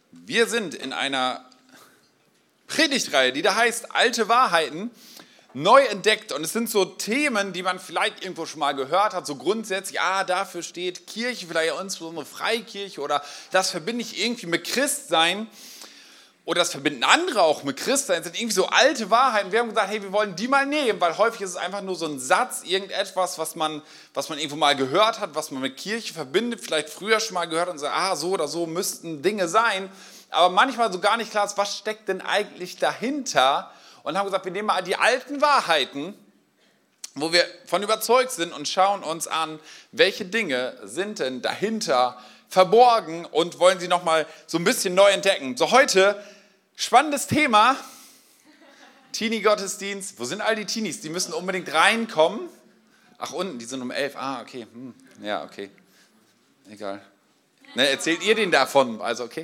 Wir sind in einer Predigtreihe, die da heißt Alte Wahrheiten, neu entdeckt. Und es sind so Themen, die man vielleicht irgendwo schon mal gehört hat, so grundsätzlich, dafür steht Kirche, vielleicht auch insbesondere Freikirche oder das verbinde ich irgendwie mit Christsein oder das verbinden andere auch mit Christsein. Das sind irgendwie so alte Wahrheiten. Wir haben gesagt, hey, wir wollen die mal nehmen, weil häufig ist es einfach nur so ein Satz, irgendetwas, was man irgendwo mal gehört hat, was man mit Kirche verbindet, vielleicht früher schon mal gehört und sagt, so oder so müssten Dinge sein. Aber manchmal so gar nicht klar ist, was steckt denn eigentlich dahinter? Und haben gesagt, wir nehmen mal die alten Wahrheiten, wo wir von überzeugt sind und schauen uns an, welche Dinge sind denn dahinter verborgen und wollen sie nochmal so ein bisschen neu entdecken. So heute, spannendes Thema, Teenie-Gottesdienst. Wo sind all die Teenies? Die müssen unbedingt reinkommen. Ach, unten, die sind um 11. Okay. Ja, okay. Egal. Ne, erzählt ihr denen davon? Also, okay.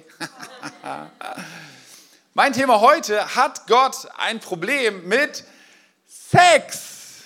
Mein Thema heute, hat Gott ein Problem mit Sex?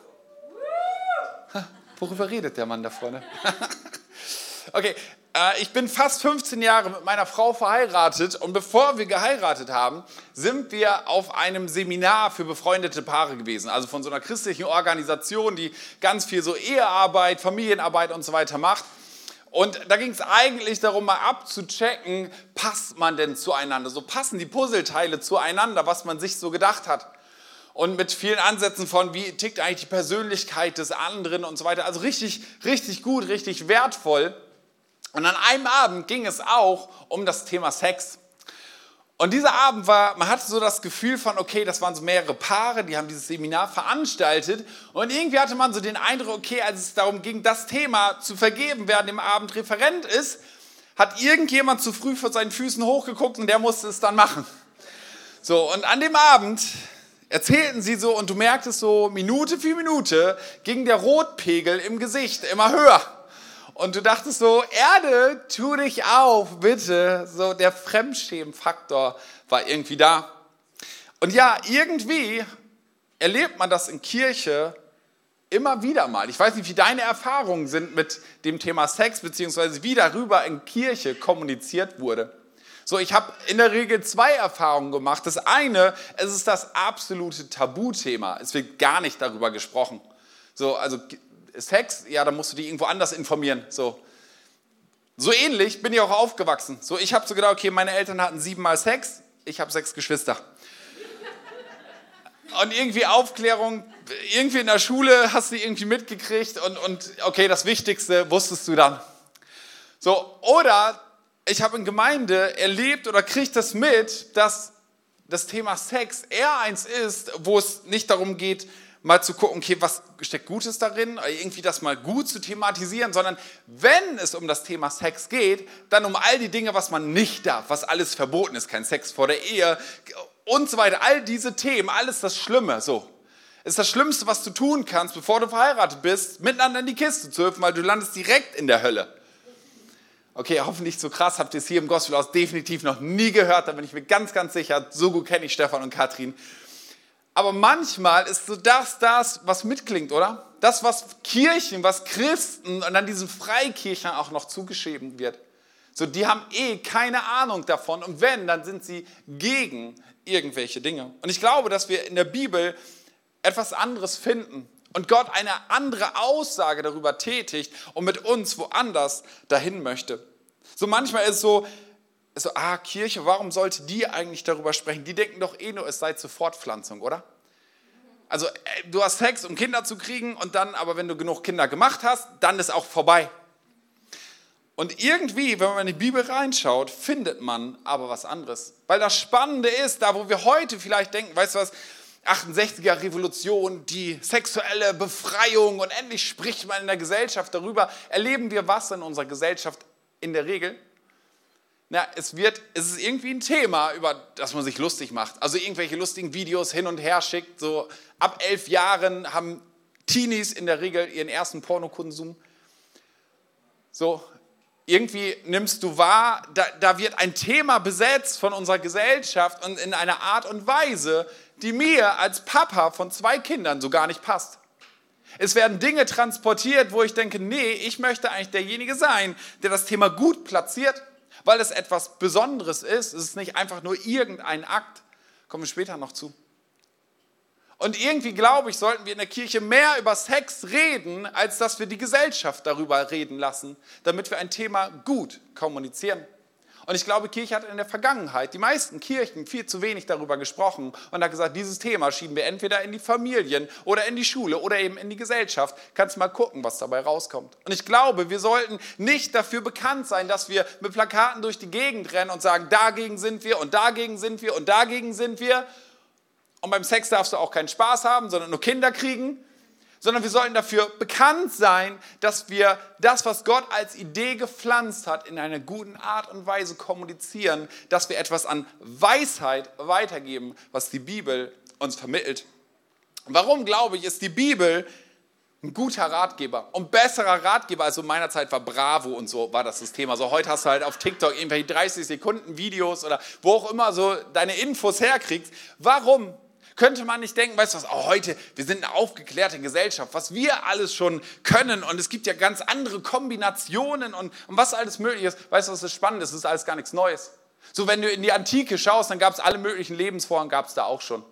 Worüber redet der Mann da vorne? Okay, ich bin fast 15 Jahre mit meiner Frau verheiratet und bevor wir geheiratet haben, sind wir auf einem Seminar für befreundete Paare gewesen. Also von so einer christlichen Organisation, die ganz viel so Ehearbeit, Familienarbeit und so weiter macht. Und da ging es eigentlich darum, mal abzuchecken, passt man denn zueinander? So passen die Puzzleteile zueinander, was man sich so gedacht hat. Und mit vielen Ansätzen von, wie tickt eigentlich die Persönlichkeit des anderen und so weiter. Also richtig, richtig gut, richtig wertvoll. Und an einem Abend ging es auch um das Thema Sex. Und dieser Abend man hatte so das Gefühl von, okay, das waren so mehrere Paare, die haben dieses Seminar veranstaltet. Und irgendwie hatte man so den Eindruck, okay, als es darum ging, das Thema zu vergeben, wer an dem Abend Referent ist, hat irgendjemand zu früh vor seinen Füßen hochgeguckt und der musste es dann machen. So, und an dem Abend erzählten sie so und du merktest so, Minute für Minute ging der Rotpegel im Gesicht immer höher. Und du dachtest so, Erde, tu dich auf, bitte. So der Fremdschämen-Faktor war irgendwie da. Und ja, irgendwie erlebt man das in Kirche immer wieder mal. Ich weiß nicht, wie deine Erfahrungen sind mit dem Thema Sex, beziehungsweise wie darüber in Kirche kommuniziert wurde. So, ich habe in der Regel 2 Erfahrungen gemacht. Das eine, es ist das absolute Tabuthema. Es wird gar nicht darüber gesprochen. So, also Sex, ja, da musst du dich irgendwo anders informieren. So ähnlich bin ich auch aufgewachsen. So, ich habe so gedacht, okay, meine Eltern hatten 7-mal Sex, ich habe 6 Geschwister. Und irgendwie Aufklärung, irgendwie in der Schule hast du irgendwie mitgekriegt und okay, das Wichtigste wusstest du dann. So, oder ich habe in Gemeinde erlebt oder kriege das mit, dass das Thema Sex eher eins ist, wo es nicht darum geht, mal zu gucken, okay, was steckt Gutes darin, irgendwie das mal gut zu thematisieren, sondern wenn es um das Thema Sex geht, dann um all die Dinge, was man nicht darf, was alles verboten ist, kein Sex vor der Ehe und so weiter, all diese Themen, alles das Schlimme, so. Ist das Schlimmste, was du tun kannst, bevor du verheiratet bist, miteinander in die Kiste zu hüpfen, weil du landest direkt in der Hölle. Okay, hoffentlich so krass, habt ihr es hier im Gospelhaus definitiv noch nie gehört, da bin ich mir ganz, ganz sicher, so gut kenne ich Stefan und Katrin. Aber manchmal ist so das, was mitklingt, oder? Das, was Kirchen, was Christen und dann diesen Freikirchen auch noch zugeschrieben wird. So, die haben keine Ahnung davon und wenn, dann sind sie gegen irgendwelche Dinge. Und ich glaube, dass wir in der Bibel etwas anderes finden und Gott eine andere Aussage darüber tätigt und mit uns woanders dahin möchte. So manchmal ist es so, Kirche, warum sollte die eigentlich darüber sprechen? Die denken doch nur, es sei zur Fortpflanzung, oder? Also du hast Sex, um Kinder zu kriegen und dann, aber wenn du genug Kinder gemacht hast, dann ist auch vorbei. Und irgendwie, wenn man in die Bibel reinschaut, findet man aber was anderes. Weil das Spannende ist, da wo wir heute vielleicht denken, weißt du was, 68er Revolution, die sexuelle Befreiung und endlich spricht man in der Gesellschaft darüber, erleben wir was in unserer Gesellschaft in der Regel? Es ist irgendwie ein Thema, über das man sich lustig macht. Also irgendwelche lustigen Videos hin und her schickt. So ab 11 Jahren haben Teenies in der Regel ihren ersten Pornokonsum. So irgendwie nimmst du wahr, da wird ein Thema besetzt von unserer Gesellschaft und in einer Art und Weise, die mir als Papa von 2 Kindern so gar nicht passt. Es werden Dinge transportiert, wo ich denke, nee, ich möchte eigentlich derjenige sein, der das Thema gut platziert. weil es etwas Besonderes ist. Es ist nicht einfach nur irgendein Akt. Kommen wir später noch zu. Und irgendwie, glaube ich, sollten wir in der Kirche mehr über Sex reden, als dass wir die Gesellschaft darüber reden lassen, damit wir ein Thema gut kommunizieren. Und ich glaube, Kirche hat in der Vergangenheit, die meisten Kirchen, viel zu wenig darüber gesprochen und hat gesagt, dieses Thema schieben wir entweder in die Familien oder in die Schule oder eben in die Gesellschaft. Kannst mal gucken, was dabei rauskommt. Und ich glaube, wir sollten nicht dafür bekannt sein, dass wir mit Plakaten durch die Gegend rennen und sagen, dagegen sind wir und dagegen sind wir und dagegen sind wir. Und beim Sex darfst du auch keinen Spaß haben, sondern nur Kinder kriegen. Sondern wir sollten dafür bekannt sein, dass wir das, was Gott als Idee gepflanzt hat, in einer guten Art und Weise kommunizieren, dass wir etwas an Weisheit weitergeben, was die Bibel uns vermittelt. Warum, glaube ich, ist die Bibel ein guter Ratgeber und besserer Ratgeber, als in meiner Zeit war Bravo und so war das Thema. So heute hast du halt auf TikTok irgendwelche 30 Sekunden Videos oder wo auch immer so deine Infos herkriegst. Warum? Könnte man nicht denken, weißt du was, heute, wir sind eine aufgeklärte Gesellschaft, was wir alles schon können und es gibt ja ganz andere Kombinationen und was alles möglich ist. Weißt du, was ist spannend? Das ist alles gar nichts Neues. So, wenn du in die Antike schaust, dann gab es alle möglichen Lebensformen, gab es da auch schon.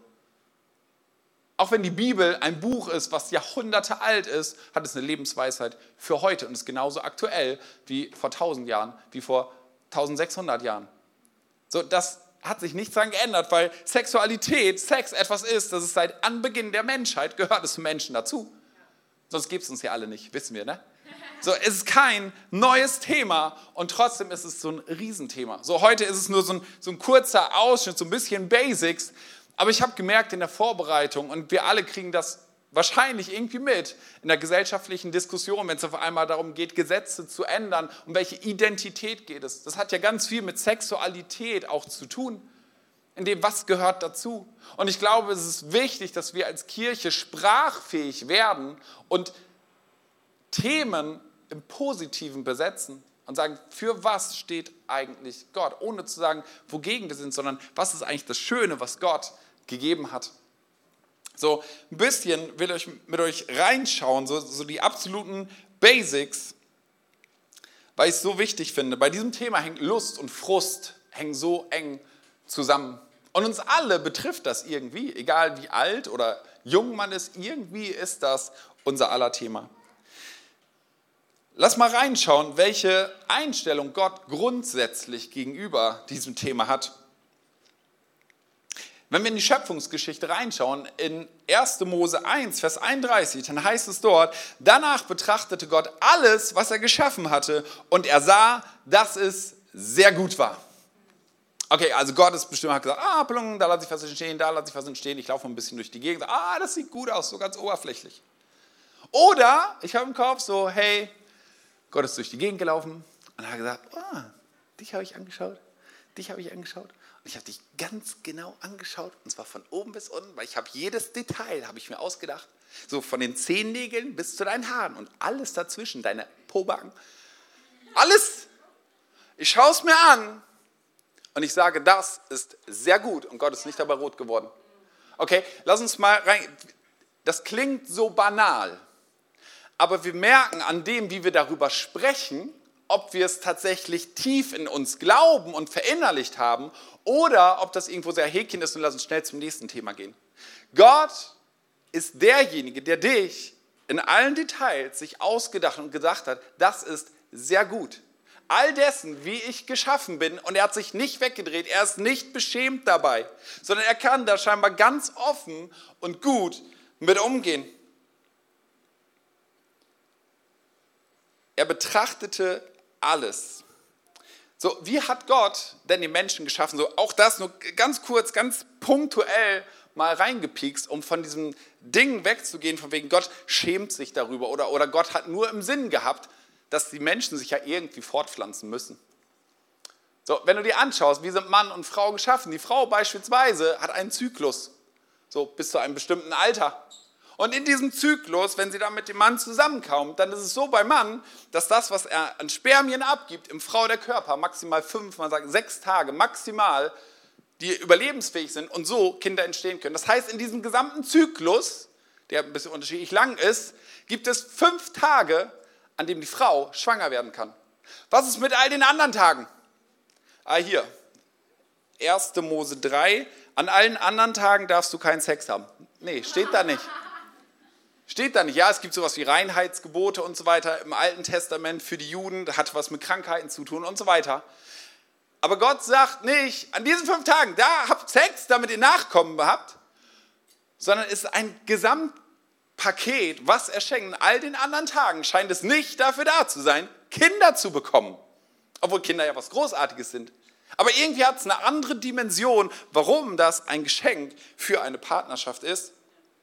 Auch wenn die Bibel ein Buch ist, was Jahrhunderte alt ist, hat es eine Lebensweisheit für heute und ist genauso aktuell wie vor 1000 Jahren, wie vor 1600 Jahren. So, das hat sich nichts daran geändert, weil Sexualität, Sex etwas ist, das ist seit Anbeginn der Menschheit, gehört es zum Menschen dazu. Sonst gibt es uns ja alle nicht, wissen wir, ne? So, es ist kein neues Thema und trotzdem ist es so ein Riesenthema. So, heute ist es nur so ein kurzer Ausschnitt, so ein bisschen Basics, aber ich habe gemerkt in der Vorbereitung und wir alle kriegen das wahrscheinlich irgendwie mit in der gesellschaftlichen Diskussion, wenn es auf einmal darum geht, Gesetze zu ändern, um welche Identität geht es. Das hat ja ganz viel mit Sexualität auch zu tun, in dem, was gehört dazu. Und ich glaube, es ist wichtig, dass wir als Kirche sprachfähig werden und Themen im Positiven besetzen und sagen, für was steht eigentlich Gott? Ohne zu sagen, wogegen wir sind, sondern was ist eigentlich das Schöne, was Gott gegeben hat. So ein bisschen will ich mit euch reinschauen, so die absoluten Basics, weil ich es so wichtig finde. Bei diesem Thema hängt Lust und Frust hängen so eng zusammen. Und uns alle betrifft das irgendwie, egal wie alt oder jung man ist, irgendwie ist das unser aller Thema. Lass mal reinschauen, welche Einstellung Gott grundsätzlich gegenüber diesem Thema hat. Wenn wir in die Schöpfungsgeschichte reinschauen, in 1. Mose 1, Vers 31, dann heißt es dort, danach betrachtete Gott alles, was er geschaffen hatte und er sah, dass es sehr gut war. Okay, also Gott ist bestimmt, hat gesagt, plung, da lasse ich was entstehen, da lasse ich was entstehen, ich laufe ein bisschen durch die Gegend, das sieht gut aus, so ganz oberflächlich. Oder ich habe im Kopf so, hey, Gott ist durch die Gegend gelaufen und hat gesagt, dich habe ich angeschaut, dich habe ich angeschaut. Und ich habe dich ganz genau angeschaut, und zwar von oben bis unten, weil ich habe jedes Detail, habe ich mir ausgedacht. So von den Zehennägeln bis zu deinen Haaren und alles dazwischen, deine Pobacken. Alles. Ich schaue es mir an und ich sage, das ist sehr gut und Gott ist nicht dabei rot geworden. Okay, lass uns mal rein. Das klingt so banal, aber wir merken an dem, wie wir darüber sprechen, ob wir es tatsächlich tief in uns glauben und verinnerlicht haben oder ob das irgendwo sehr Häkchen ist und lass uns schnell zum nächsten Thema gehen. Gott ist derjenige, der dich in allen Details sich ausgedacht und gedacht hat, das ist sehr gut. All dessen, wie ich geschaffen bin, und er hat sich nicht weggedreht, er ist nicht beschämt dabei, sondern er kann da scheinbar ganz offen und gut mit umgehen. Er betrachtete alles. So, wie hat Gott denn die Menschen geschaffen? So, auch das nur ganz kurz, ganz punktuell mal reingepiekst, um von diesem Ding wegzugehen, von wegen Gott schämt sich darüber oder Gott hat nur im Sinn gehabt, dass die Menschen sich ja irgendwie fortpflanzen müssen. So, wenn du dir anschaust, wie sind Mann und Frau geschaffen? Die Frau beispielsweise hat einen Zyklus, so bis zu einem bestimmten Alter. Und in diesem Zyklus, wenn sie dann mit dem Mann zusammenkommt, dann ist es so beim Mann, dass das, was er an Spermien abgibt, im Frau der Körper maximal 5, man sagt 6 Tage maximal, die überlebensfähig sind und so Kinder entstehen können. Das heißt, in diesem gesamten Zyklus, der ein bisschen unterschiedlich lang ist, gibt es 5 Tage, an dem die Frau schwanger werden kann. Was ist mit all den anderen Tagen? Hier, 1. Mose 3, an allen anderen Tagen darfst du keinen Sex haben. Nee, steht da nicht. Steht da nicht. Ja, es gibt sowas wie Reinheitsgebote und so weiter im Alten Testament für die Juden, das hat was mit Krankheiten zu tun und so weiter. Aber Gott sagt nicht, an diesen 5 Tagen, da habt Sex, damit ihr Nachkommen habt, sondern es ist ein Gesamtpaket, was er schenkt. An all den anderen Tagen scheint es nicht dafür da zu sein, Kinder zu bekommen. Obwohl Kinder ja was Großartiges sind. Aber irgendwie hat es eine andere Dimension, warum das ein Geschenk für eine Partnerschaft ist.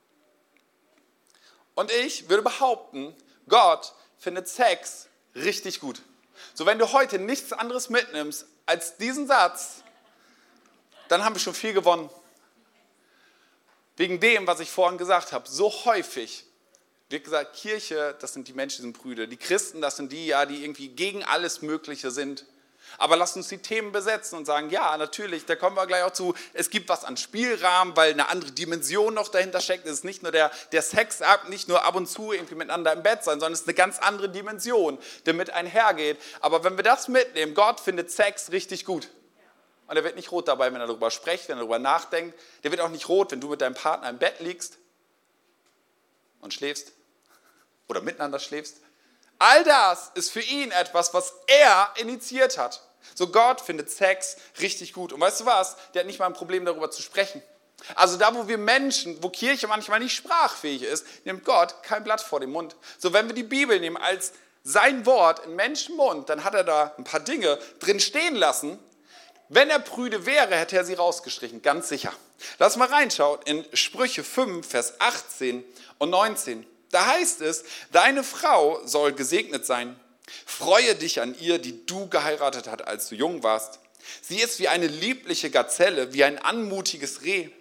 Und ich würde behaupten, Gott findet Sex richtig gut. So, wenn du heute nichts anderes mitnimmst als diesen Satz, dann haben wir schon viel gewonnen. Wegen dem, was ich vorhin gesagt habe, so häufig wird gesagt, Kirche, das sind die Menschen, die sind Brüder. Die Christen, das sind die, ja, die irgendwie gegen alles Mögliche sind. Aber lasst uns die Themen besetzen und sagen, ja, natürlich, da kommen wir gleich auch zu, es gibt was an Spielrahmen, weil eine andere Dimension noch dahinter steckt. Es ist nicht nur der Sexakt, nicht nur ab und zu irgendwie miteinander im Bett sein, sondern es ist eine ganz andere Dimension, die mit einhergeht. Aber wenn wir das mitnehmen, Gott findet Sex richtig gut. Und er wird nicht rot dabei, wenn er darüber spricht, wenn er darüber nachdenkt. Der wird auch nicht rot, wenn du mit deinem Partner im Bett liegst und schläfst oder miteinander schläfst. All das ist für ihn etwas, was er initiiert hat. So, Gott findet Sex richtig gut. Und weißt du was? Der hat nicht mal ein Problem, darüber zu sprechen. Also da, wo wir Menschen, wo Kirche manchmal nicht sprachfähig ist, nimmt Gott kein Blatt vor den Mund. So, wenn wir die Bibel nehmen als sein Wort in Menschenmund, dann hat er da ein paar Dinge drin stehen lassen. Wenn er prüde wäre, hätte er sie rausgestrichen, ganz sicher. Lass mal reinschauen in Sprüche 5, Vers 18 und 19. Da heißt es, deine Frau soll gesegnet sein. Freue dich an ihr, die du geheiratet hast, als du jung warst. Sie ist wie eine liebliche Gazelle, wie ein anmutiges Reh.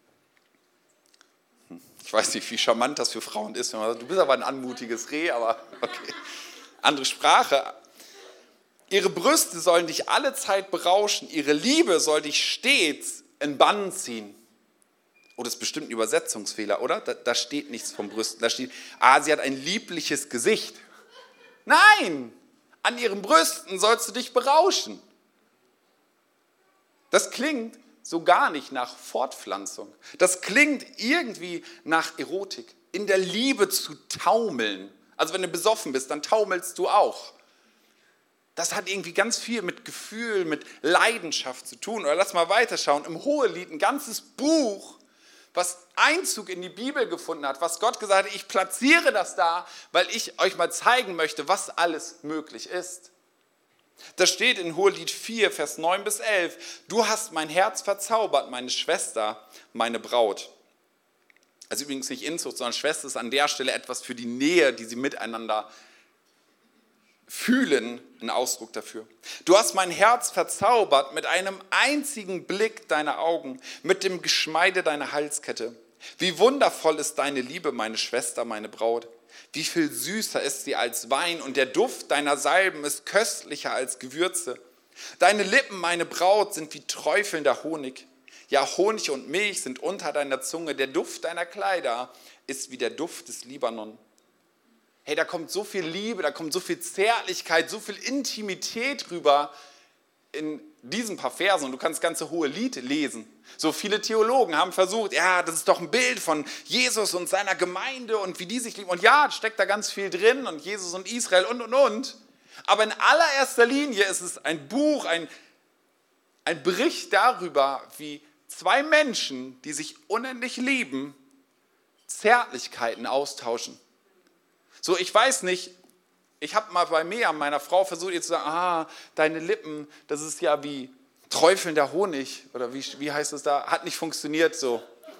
Ich weiß nicht, wie charmant das für Frauen ist, wenn man sagt, du bist aber ein anmutiges Reh, aber okay. Andere Sprache. Ihre Brüste sollen dich alle Zeit berauschen, ihre Liebe soll dich stets in Bann ziehen. Oh, das ist bestimmt ein Übersetzungsfehler, oder? Da steht nichts vom Brüsten. Da steht, sie hat ein liebliches Gesicht. Nein, an ihren Brüsten sollst du dich berauschen. Das klingt so gar nicht nach Fortpflanzung. Das klingt irgendwie nach Erotik. In der Liebe zu taumeln. Also wenn du besoffen bist, dann taumelst du auch. Das hat irgendwie ganz viel mit Gefühl, mit Leidenschaft zu tun. Oder lass mal weiterschauen. Im Hohelied, ein ganzes Buch, was Einzug in die Bibel gefunden hat, was Gott gesagt hat, ich platziere das da, weil ich euch mal zeigen möchte, was alles möglich ist. Das steht in Hohelied 4, Vers 9 bis 11. Du hast mein Herz verzaubert, meine Schwester, meine Braut. Also übrigens nicht Inzucht, sondern Schwester ist an der Stelle etwas für die Nähe, die sie miteinander fühlen, ein Ausdruck dafür. Du hast mein Herz verzaubert mit einem einzigen Blick deiner Augen, mit dem Geschmeide deiner Halskette. Wie wundervoll ist deine Liebe, meine Schwester, meine Braut. Wie viel süßer ist sie als Wein und der Duft deiner Salben ist köstlicher als Gewürze. Deine Lippen, meine Braut, sind wie träufelnder Honig. Ja, Honig und Milch sind unter deiner Zunge. Der Duft deiner Kleider ist wie der Duft des Libanon. Hey, da kommt so viel Liebe, da kommt so viel Zärtlichkeit, so viel Intimität rüber in diesen paar Versen. Und du kannst das ganze Hohelied lesen. So viele Theologen haben versucht, ja, das ist doch ein Bild von Jesus und seiner Gemeinde und wie die sich lieben. Und ja, steckt da ganz viel drin und Jesus und Israel und. Aber in allererster Linie ist es ein Buch, ein Bericht darüber, wie zwei Menschen, die sich unendlich lieben, Zärtlichkeiten austauschen. So, ich weiß nicht, ich habe mal bei Mea, meiner Frau, versucht ihr zu sagen, deine Lippen, das ist ja wie träufelnder Honig, oder wie heißt es da? Hat nicht funktioniert so.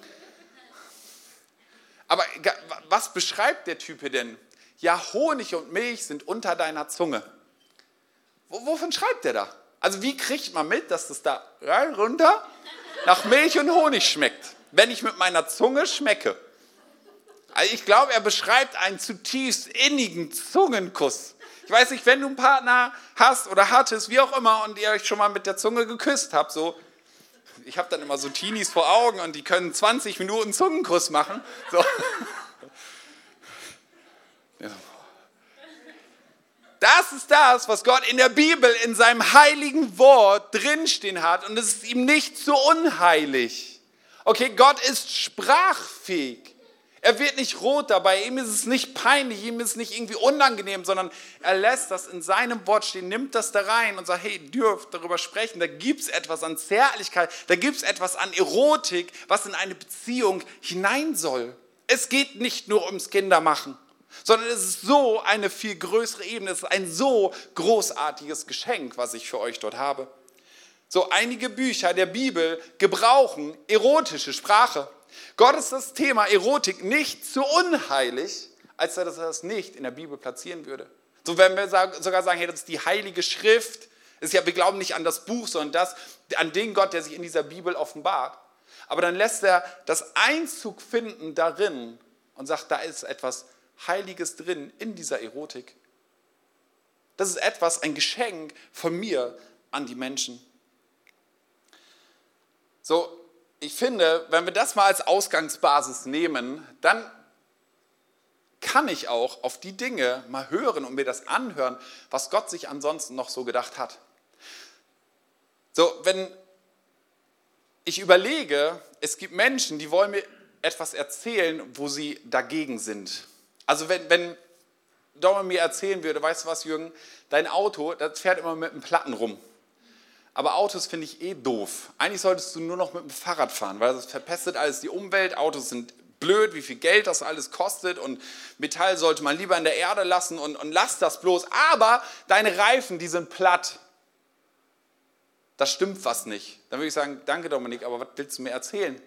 Aber was beschreibt der Typ hier denn? Ja, Honig und Milch sind unter deiner Zunge. Wovon schreibt der da? Also wie kriegt man mit, dass das da runter nach Milch und Honig schmeckt, wenn ich mit meiner Zunge schmecke? Also ich glaube, er beschreibt einen zutiefst innigen Zungenkuss. Ich weiß nicht, wenn du einen Partner hast oder hattest, wie auch immer, und ihr euch schon mal mit der Zunge geküsst habt, so, ich habe dann immer so Teenies vor Augen und die können 20 Minuten Zungenkuss machen. So. Das ist das, was Gott in der Bibel, in seinem heiligen Wort drinstehen hat. Und es ist ihm nicht so unheilig. Okay, Gott ist sprachfähig. Er wird nicht rot dabei, ihm ist es nicht peinlich, ihm ist es nicht irgendwie unangenehm, sondern er lässt das in seinem Wort stehen, nimmt das da rein und sagt, hey, ihr dürft darüber sprechen, da gibt es etwas an Zärtlichkeit, da gibt es etwas an Erotik, was in eine Beziehung hinein soll. Es geht nicht nur ums Kindermachen, sondern es ist so eine viel größere Ebene, es ist ein so großartiges Geschenk, was ich für euch dort habe. So, einige Bücher der Bibel gebrauchen erotische Sprache. Gott ist das Thema Erotik nicht so unheilig, als dass er das nicht in der Bibel platzieren würde. So werden wir sogar sagen, hey, das ist die heilige Schrift. Wir glauben nicht an das Buch, sondern an den Gott, der sich in dieser Bibel offenbart. Aber dann lässt er das Einzug finden darin und sagt, da ist etwas Heiliges drin in dieser Erotik. Das ist ein Geschenk von mir an die Menschen. So, ich finde, wenn wir das mal als Ausgangsbasis nehmen, dann kann ich auch auf die Dinge mal hören und mir das anhören, was Gott sich ansonsten noch so gedacht hat. So, wenn ich überlege, es gibt Menschen, die wollen mir etwas erzählen, wo sie dagegen sind. Also wenn Dom mir erzählen würde, weißt du was, Jürgen, dein Auto, das fährt immer mit einem Platten rum. Aber Autos finde ich doof. Eigentlich solltest du nur noch mit dem Fahrrad fahren, weil das verpestet alles die Umwelt. Autos sind blöd, wie viel Geld das alles kostet. Und Metall sollte man lieber in der Erde lassen und lass das bloß. Aber deine Reifen, die sind platt. Da stimmt was nicht. Dann würde ich sagen, danke Dominik, aber was willst du mir erzählen?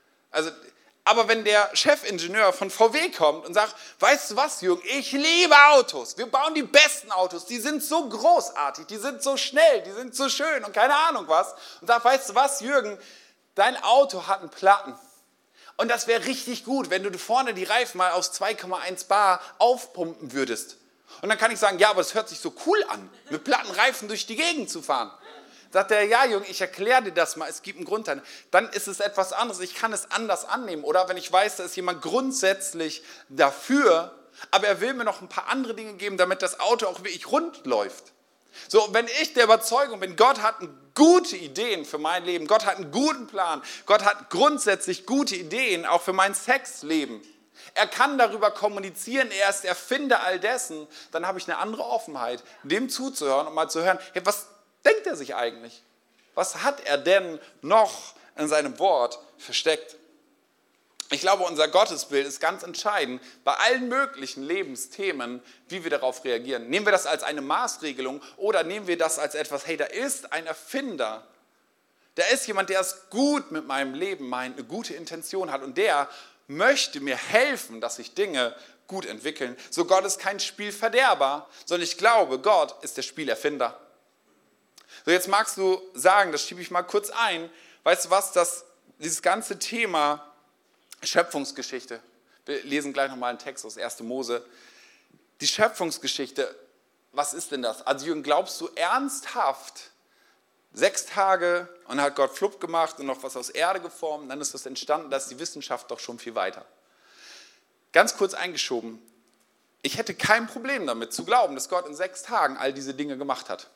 Aber wenn der Chefingenieur von VW kommt und sagt, weißt du was, Jürgen, ich liebe Autos, wir bauen die besten Autos, die sind so großartig, die sind so schnell, die sind so schön und keine Ahnung was. Und sagt, weißt du was, Jürgen, dein Auto hat einen Platten. Und das wäre richtig gut, wenn du vorne die Reifen mal aus 2,1 Bar aufpumpen würdest. Und dann kann ich sagen, ja, aber es hört sich so cool an, mit platten Reifen durch die Gegend zu fahren. Sagt er, ja Jürgen, ich erkläre dir das mal, es gibt einen Grund. Dann ist es etwas anderes, ich kann es anders annehmen. Oder wenn ich weiß, da ist jemand grundsätzlich dafür, aber er will mir noch ein paar andere Dinge geben, damit das Auto auch wirklich rund läuft. So, wenn ich der Überzeugung bin, Gott hat gute Ideen für mein Leben, Gott hat einen guten Plan, Gott hat grundsätzlich gute Ideen auch für mein Sexleben. Er kann darüber kommunizieren, er ist Erfinder all dessen, dann habe ich eine andere Offenheit, dem zuzuhören und mal zu hören, hey, was denkt er sich eigentlich? Was hat er denn noch in seinem Wort versteckt? Ich glaube, unser Gottesbild ist ganz entscheidend bei allen möglichen Lebensthemen, wie wir darauf reagieren. Nehmen wir das als eine Maßregelung oder nehmen wir das als etwas, hey, da ist ein Erfinder, da ist jemand, der es gut mit meinem Leben meint, eine gute Intention hat und der möchte mir helfen, dass sich Dinge gut entwickeln. So, Gott ist kein Spielverderber, sondern ich glaube, Gott ist der Spielerfinder. So, jetzt magst du sagen, das schiebe ich mal kurz ein, weißt du was, dieses ganze Thema Schöpfungsgeschichte, wir lesen gleich nochmal einen Text aus 1. Mose, die Schöpfungsgeschichte, was ist denn das? Also Jürgen, glaubst du ernsthaft, 6 Tage und hat Gott flupp gemacht und noch was aus Erde geformt, und dann ist das entstanden, da ist die Wissenschaft doch schon viel weiter. Ganz kurz eingeschoben, ich hätte kein Problem damit zu glauben, dass Gott in 6 Tagen all diese Dinge gemacht hat.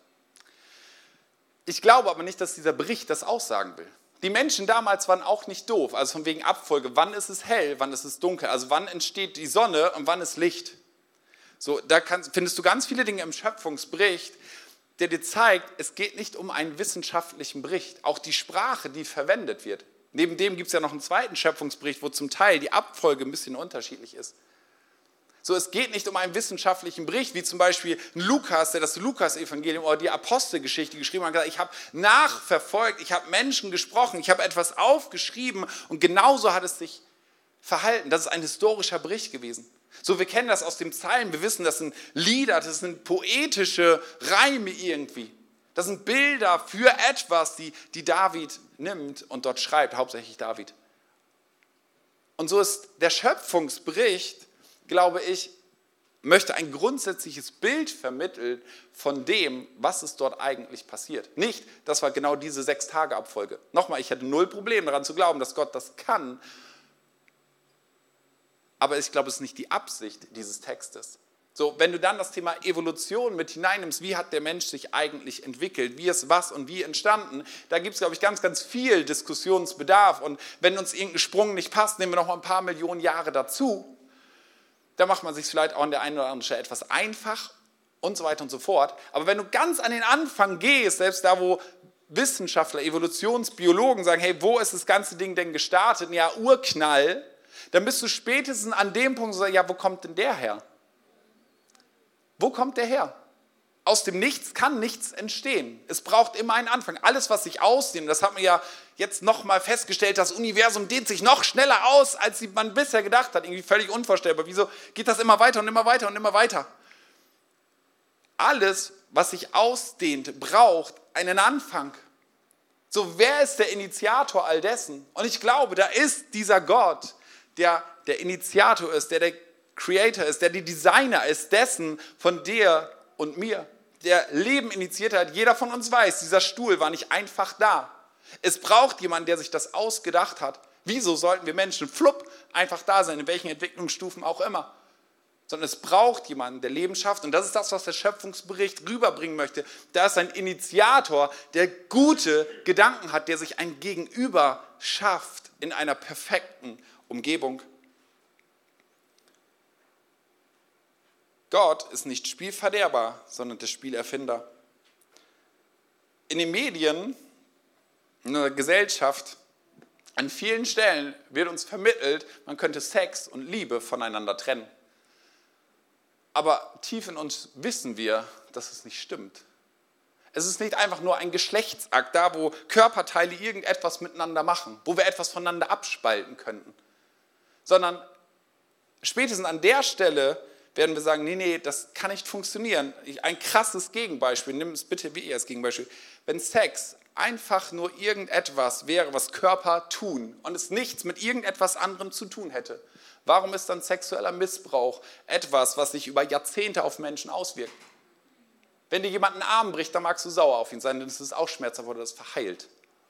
Ich glaube aber nicht, dass dieser Bericht das aussagen will. Die Menschen damals waren auch nicht doof, also von wegen Abfolge, wann ist es hell, wann ist es dunkel, also wann entsteht die Sonne und wann ist Licht. So, findest du ganz viele Dinge im Schöpfungsbericht, der dir zeigt, es geht nicht um einen wissenschaftlichen Bericht, auch die Sprache, die verwendet wird. Neben dem gibt es ja noch einen zweiten Schöpfungsbericht, wo zum Teil die Abfolge ein bisschen unterschiedlich ist. So, es geht nicht um einen wissenschaftlichen Bericht, wie zum Beispiel Lukas, der das Lukas-Evangelium oder die Apostelgeschichte geschrieben hat, gesagt, ich habe nachverfolgt, ich habe Menschen gesprochen, ich habe etwas aufgeschrieben und genauso hat es sich verhalten. Das ist ein historischer Bericht gewesen. So, wir kennen das aus dem Psalm, wir wissen, das sind Lieder, das sind poetische Reime irgendwie. Das sind Bilder für etwas, die David nimmt und dort schreibt, hauptsächlich David. Und so ist der Schöpfungsbericht, glaube ich, möchte ein grundsätzliches Bild vermitteln von dem, was ist dort eigentlich passiert. Nicht, das war genau diese 6-Tage-Abfolge. Nochmal, ich hätte 0 Problem daran zu glauben, dass Gott das kann. Aber ich glaube, es ist nicht die Absicht dieses Textes. So, wenn du dann das Thema Evolution mit hineinnimmst, wie hat der Mensch sich eigentlich entwickelt, wie ist was und wie entstanden, da gibt es, glaube ich, ganz, ganz viel Diskussionsbedarf. Und wenn uns irgendein Sprung nicht passt, nehmen wir noch mal ein paar Millionen Jahre dazu, da macht man sich vielleicht auch an der einen oder anderen Stelle etwas einfach und so weiter und so fort. Aber wenn du ganz an den Anfang gehst, selbst da, wo Wissenschaftler, Evolutionsbiologen sagen, hey, wo ist das ganze Ding denn gestartet? Ja, Urknall, dann bist du spätestens an dem Punkt, so, ja, wo kommt denn der her? Wo kommt der her? Aus dem Nichts kann nichts entstehen. Es braucht immer einen Anfang. Alles, was sich ausdehnt, das hat man ja jetzt nochmal festgestellt, das Universum dehnt sich noch schneller aus, als man bisher gedacht hat. Irgendwie völlig unvorstellbar. Wieso geht das immer weiter und immer weiter und immer weiter? Alles, was sich ausdehnt, braucht einen Anfang. So, wer ist der Initiator all dessen? Und ich glaube, da ist dieser Gott, der Initiator ist, der Creator ist, der Designer ist dessen von dir und mir, der Leben initiiert hat. Jeder von uns weiß, dieser Stuhl war nicht einfach da. Es braucht jemanden, der sich das ausgedacht hat. Wieso sollten wir Menschen einfach da sein, in welchen Entwicklungsstufen auch immer? Sondern es braucht jemanden, der Leben schafft. Und das ist das, was der Schöpfungsbericht rüberbringen möchte. Da ist ein Initiator, der gute Gedanken hat, der sich ein Gegenüber schafft in einer perfekten Umgebung. Gott ist nicht Spielverderber, sondern der Spielerfinder. In den Medien, in der Gesellschaft, an vielen Stellen wird uns vermittelt, man könnte Sex und Liebe voneinander trennen. Aber tief in uns wissen wir, dass es nicht stimmt. Es ist nicht einfach nur ein Geschlechtsakt, da wo Körperteile irgendetwas miteinander machen, wo wir etwas voneinander abspalten könnten. Sondern spätestens an der Stelle werden wir sagen, nee, das kann nicht funktionieren. Ein krasses Gegenbeispiel, nimm es bitte wie ihr als Gegenbeispiel. Wenn Sex einfach nur irgendetwas wäre, was Körper tun und es nichts mit irgendetwas anderem zu tun hätte, warum ist dann sexueller Missbrauch etwas, was sich über Jahrzehnte auf Menschen auswirkt? Wenn dir jemand einen Arm bricht, dann magst du sauer auf ihn sein, denn es ist auch schmerzhaft oder das verheilt.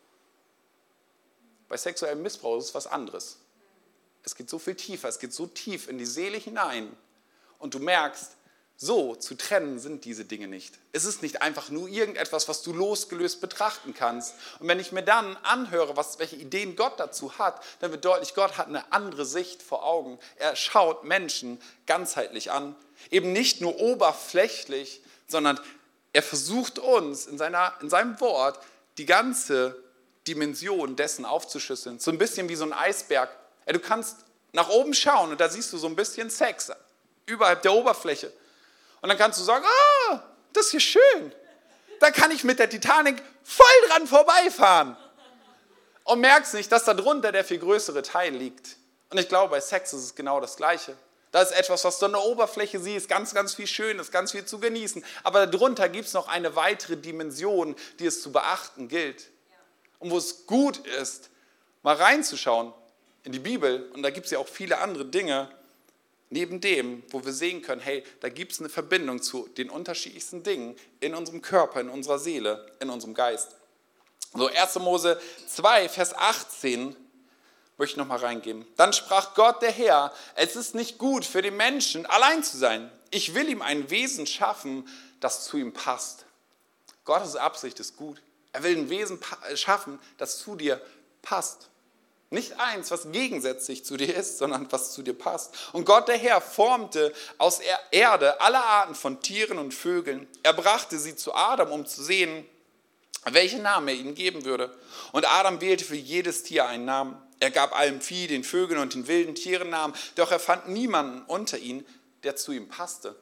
Bei sexuellem Missbrauch ist es was anderes. Es geht so viel tiefer, es geht so tief in die Seele hinein. Und du merkst, so zu trennen sind diese Dinge nicht. Es ist nicht einfach nur irgendetwas, was du losgelöst betrachten kannst. Und wenn ich mir dann anhöre, welche Ideen Gott dazu hat, dann wird deutlich, Gott hat eine andere Sicht vor Augen. Er schaut Menschen ganzheitlich an. Eben nicht nur oberflächlich, sondern er versucht uns in seinem Wort die ganze Dimension dessen aufzuschlüsseln. So ein bisschen wie so ein Eisberg. Du kannst nach oben schauen und da siehst du so ein bisschen Sex überhalb der Oberfläche. Und dann kannst du sagen, das ist hier schön. Da kann ich mit der Titanic voll dran vorbeifahren. Und merkst nicht, dass da drunter der viel größere Teil liegt. Und ich glaube, bei Sex ist es genau das Gleiche. Da ist etwas, was du an der Oberfläche siehst, ganz, ganz viel Schönes, ganz viel zu genießen. Aber darunter gibt es noch eine weitere Dimension, die es zu beachten gilt. Und wo es gut ist, mal reinzuschauen in die Bibel. Und da gibt es ja auch viele andere Dinge, neben dem, wo wir sehen können, hey, da gibt es eine Verbindung zu den unterschiedlichsten Dingen in unserem Körper, in unserer Seele, in unserem Geist. So, 1. Mose 2, Vers 18, möchte ich nochmal reingeben. Dann sprach Gott der Herr, es ist nicht gut für den Menschen, allein zu sein. Ich will ihm ein Wesen schaffen, das zu ihm passt. Gottes Absicht ist gut. Er will ein Wesen schaffen, das zu dir passt. Nicht eins, was gegensätzlich zu dir ist, sondern was zu dir passt. Und Gott der Herr formte aus Erde alle Arten von Tieren und Vögeln. Er brachte sie zu Adam, um zu sehen, welchen Namen er ihnen geben würde. Und Adam wählte für jedes Tier einen Namen. Er gab allem Vieh, den Vögeln und den wilden Tieren Namen. Doch er fand niemanden unter ihnen, der zu ihm passte.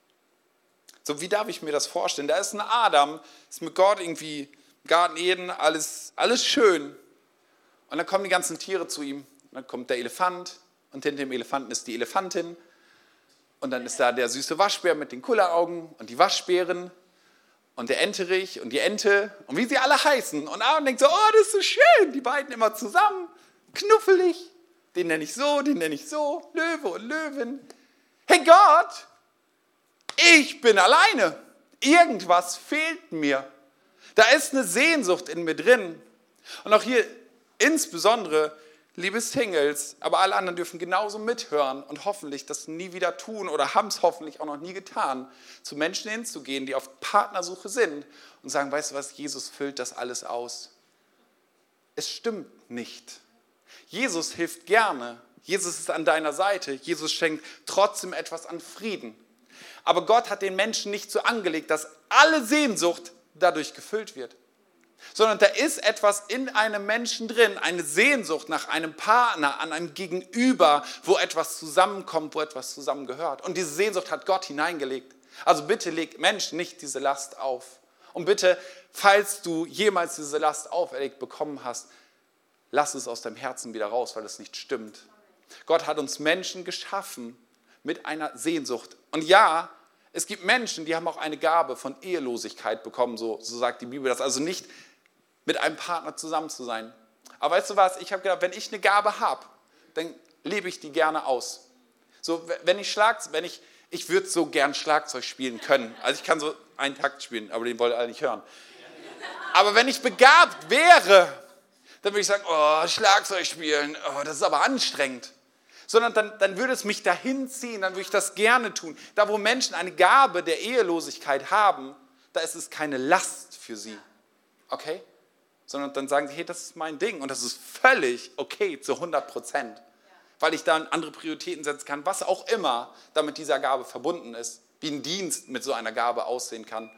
So, wie darf ich mir das vorstellen? Da ist ein Adam, ist mit Gott irgendwie Garten Eden, alles schön. Und dann kommen die ganzen Tiere zu ihm. Dann kommt der Elefant und hinter dem Elefanten ist die Elefantin. Und dann ist da der süße Waschbär mit den Kulleraugen und die Waschbären und der Enterich und die Ente und wie sie alle heißen. Und Adam denkt so, das ist so schön, die beiden immer zusammen, knuffelig. Den nenne ich so, Löwe und Löwin. Hey Gott, ich bin alleine. Irgendwas fehlt mir. Da ist eine Sehnsucht in mir drin. Und auch hier insbesondere liebe Singles, aber alle anderen dürfen genauso mithören und hoffentlich das nie wieder tun oder haben es hoffentlich auch noch nie getan, zu Menschen hinzugehen, die auf Partnersuche sind und sagen, weißt du was, Jesus füllt das alles aus. Es stimmt nicht. Jesus hilft gerne. Jesus ist an deiner Seite. Jesus schenkt trotzdem etwas an Frieden. Aber Gott hat den Menschen nicht so angelegt, dass alle Sehnsucht dadurch gefüllt wird. Sondern da ist etwas in einem Menschen drin, eine Sehnsucht nach einem Partner, an einem Gegenüber, wo etwas zusammenkommt, wo etwas zusammengehört. Und diese Sehnsucht hat Gott hineingelegt. Also bitte leg Menschen nicht diese Last auf. Und bitte, falls du jemals diese Last auferlegt bekommen hast, lass es aus deinem Herzen wieder raus, weil es nicht stimmt. Gott hat uns Menschen geschaffen mit einer Sehnsucht. Und ja, es gibt Menschen, die haben auch eine Gabe von Ehelosigkeit bekommen, so sagt die Bibel das. Also nicht mit einem Partner zusammen zu sein. Aber weißt du was, ich habe gedacht, wenn ich eine Gabe habe, dann lebe ich die gerne aus. So, ich würde so gern Schlagzeug spielen können. Also ich kann so einen Takt spielen, aber den wollt ihr alle nicht hören. Aber wenn ich begabt wäre, dann würde ich sagen, oh, Schlagzeug spielen, oh, das ist aber anstrengend. Sondern dann würde es mich dahin ziehen, dann würde ich das gerne tun. Da, wo Menschen eine Gabe der Ehelosigkeit haben, da ist es keine Last für sie. Okay? Sondern dann sagen sie, hey, das ist mein Ding und das ist völlig okay, zu 100%. Weil ich dann andere Prioritäten setzen kann, was auch immer damit dieser Gabe verbunden ist, wie ein Dienst mit so einer Gabe aussehen kann.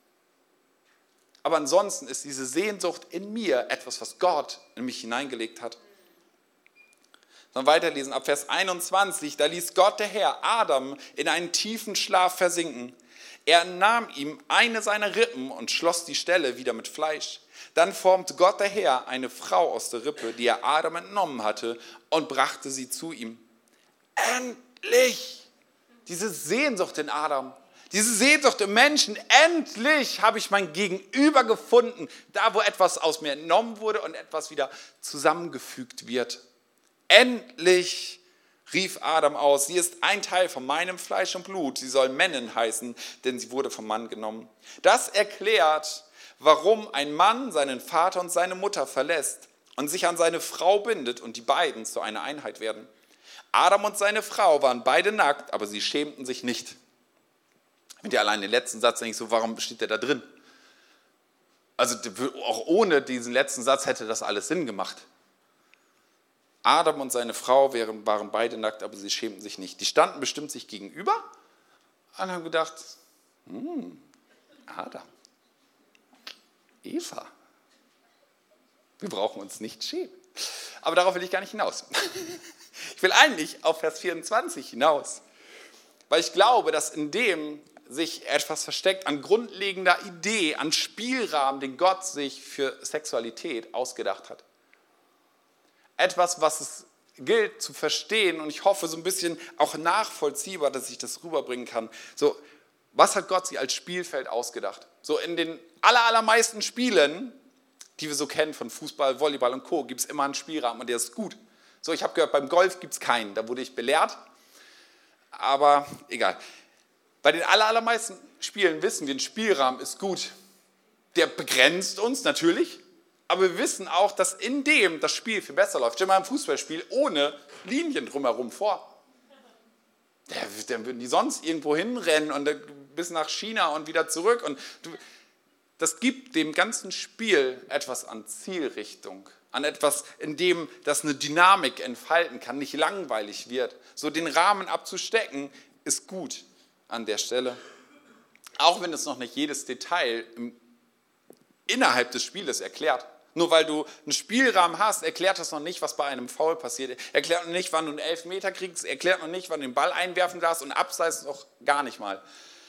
Aber ansonsten ist diese Sehnsucht in mir etwas, was Gott in mich hineingelegt hat. Dann weiterlesen, ab Vers 21, da ließ Gott der Herr Adam in einen tiefen Schlaf versinken. Er nahm ihm eine seiner Rippen und schloss die Stelle wieder mit Fleisch. Dann formte Gott der Herr eine Frau aus der Rippe, die er Adam entnommen hatte, und brachte sie zu ihm. Endlich! Diese Sehnsucht in Adam, diese Sehnsucht im Menschen, endlich habe ich mein Gegenüber gefunden, da wo etwas aus mir entnommen wurde und etwas wieder zusammengefügt wird. Endlich, rief Adam aus, sie ist ein Teil von meinem Fleisch und Blut, sie soll Männin heißen, denn sie wurde vom Mann genommen. Das erklärt, warum ein Mann seinen Vater und seine Mutter verlässt und sich an seine Frau bindet und die beiden zu einer Einheit werden. Adam und seine Frau waren beide nackt, aber sie schämten sich nicht. Wenn ihr allein den letzten Satz denkt, so, warum steht der da drin? Also auch ohne diesen letzten Satz hätte das alles Sinn gemacht. Adam und seine Frau waren beide nackt, aber sie schämten sich nicht. Die standen bestimmt sich gegenüber und haben gedacht, Adam, Eva, wir brauchen uns nicht schämen. Aber darauf will ich gar nicht hinaus. Ich will eigentlich auf Vers 24 hinaus, weil ich glaube, dass in dem sich etwas versteckt an grundlegender Idee, an Spielrahmen, den Gott sich für Sexualität ausgedacht hat. Etwas, was es gilt zu verstehen und ich hoffe so ein bisschen auch nachvollziehbar, dass ich das rüberbringen kann. So, was hat Gott sich als Spielfeld ausgedacht? So in den allermeisten Spielen, die wir so kennen von Fußball, Volleyball und Co., gibt es immer einen Spielrahmen und der ist gut. So, ich habe gehört, beim Golf gibt es keinen, da wurde ich belehrt, aber egal. Bei den allermeisten Spielen wissen wir, ein Spielrahmen ist gut. Der begrenzt uns natürlich, aber wir wissen auch, dass in dem das Spiel viel besser läuft. Stell dir mal ein Fußballspiel ohne Linien drumherum vor. Dann würden die sonst irgendwo hinrennen und bis nach China und wieder zurück. Und das gibt dem ganzen Spiel etwas an Zielrichtung, an etwas, in dem das eine Dynamik entfalten kann, nicht langweilig wird. So den Rahmen abzustecken, ist gut an der Stelle. Auch wenn es noch nicht jedes Detail innerhalb des Spieles erklärt. Nur weil du einen Spielrahmen hast, erklärt das noch nicht, was bei einem Foul passiert. Erklärt noch nicht, wann du einen Elfmeter kriegst. Erklärt noch nicht, wann du den Ball einwerfen darfst. Und abseits noch gar nicht mal.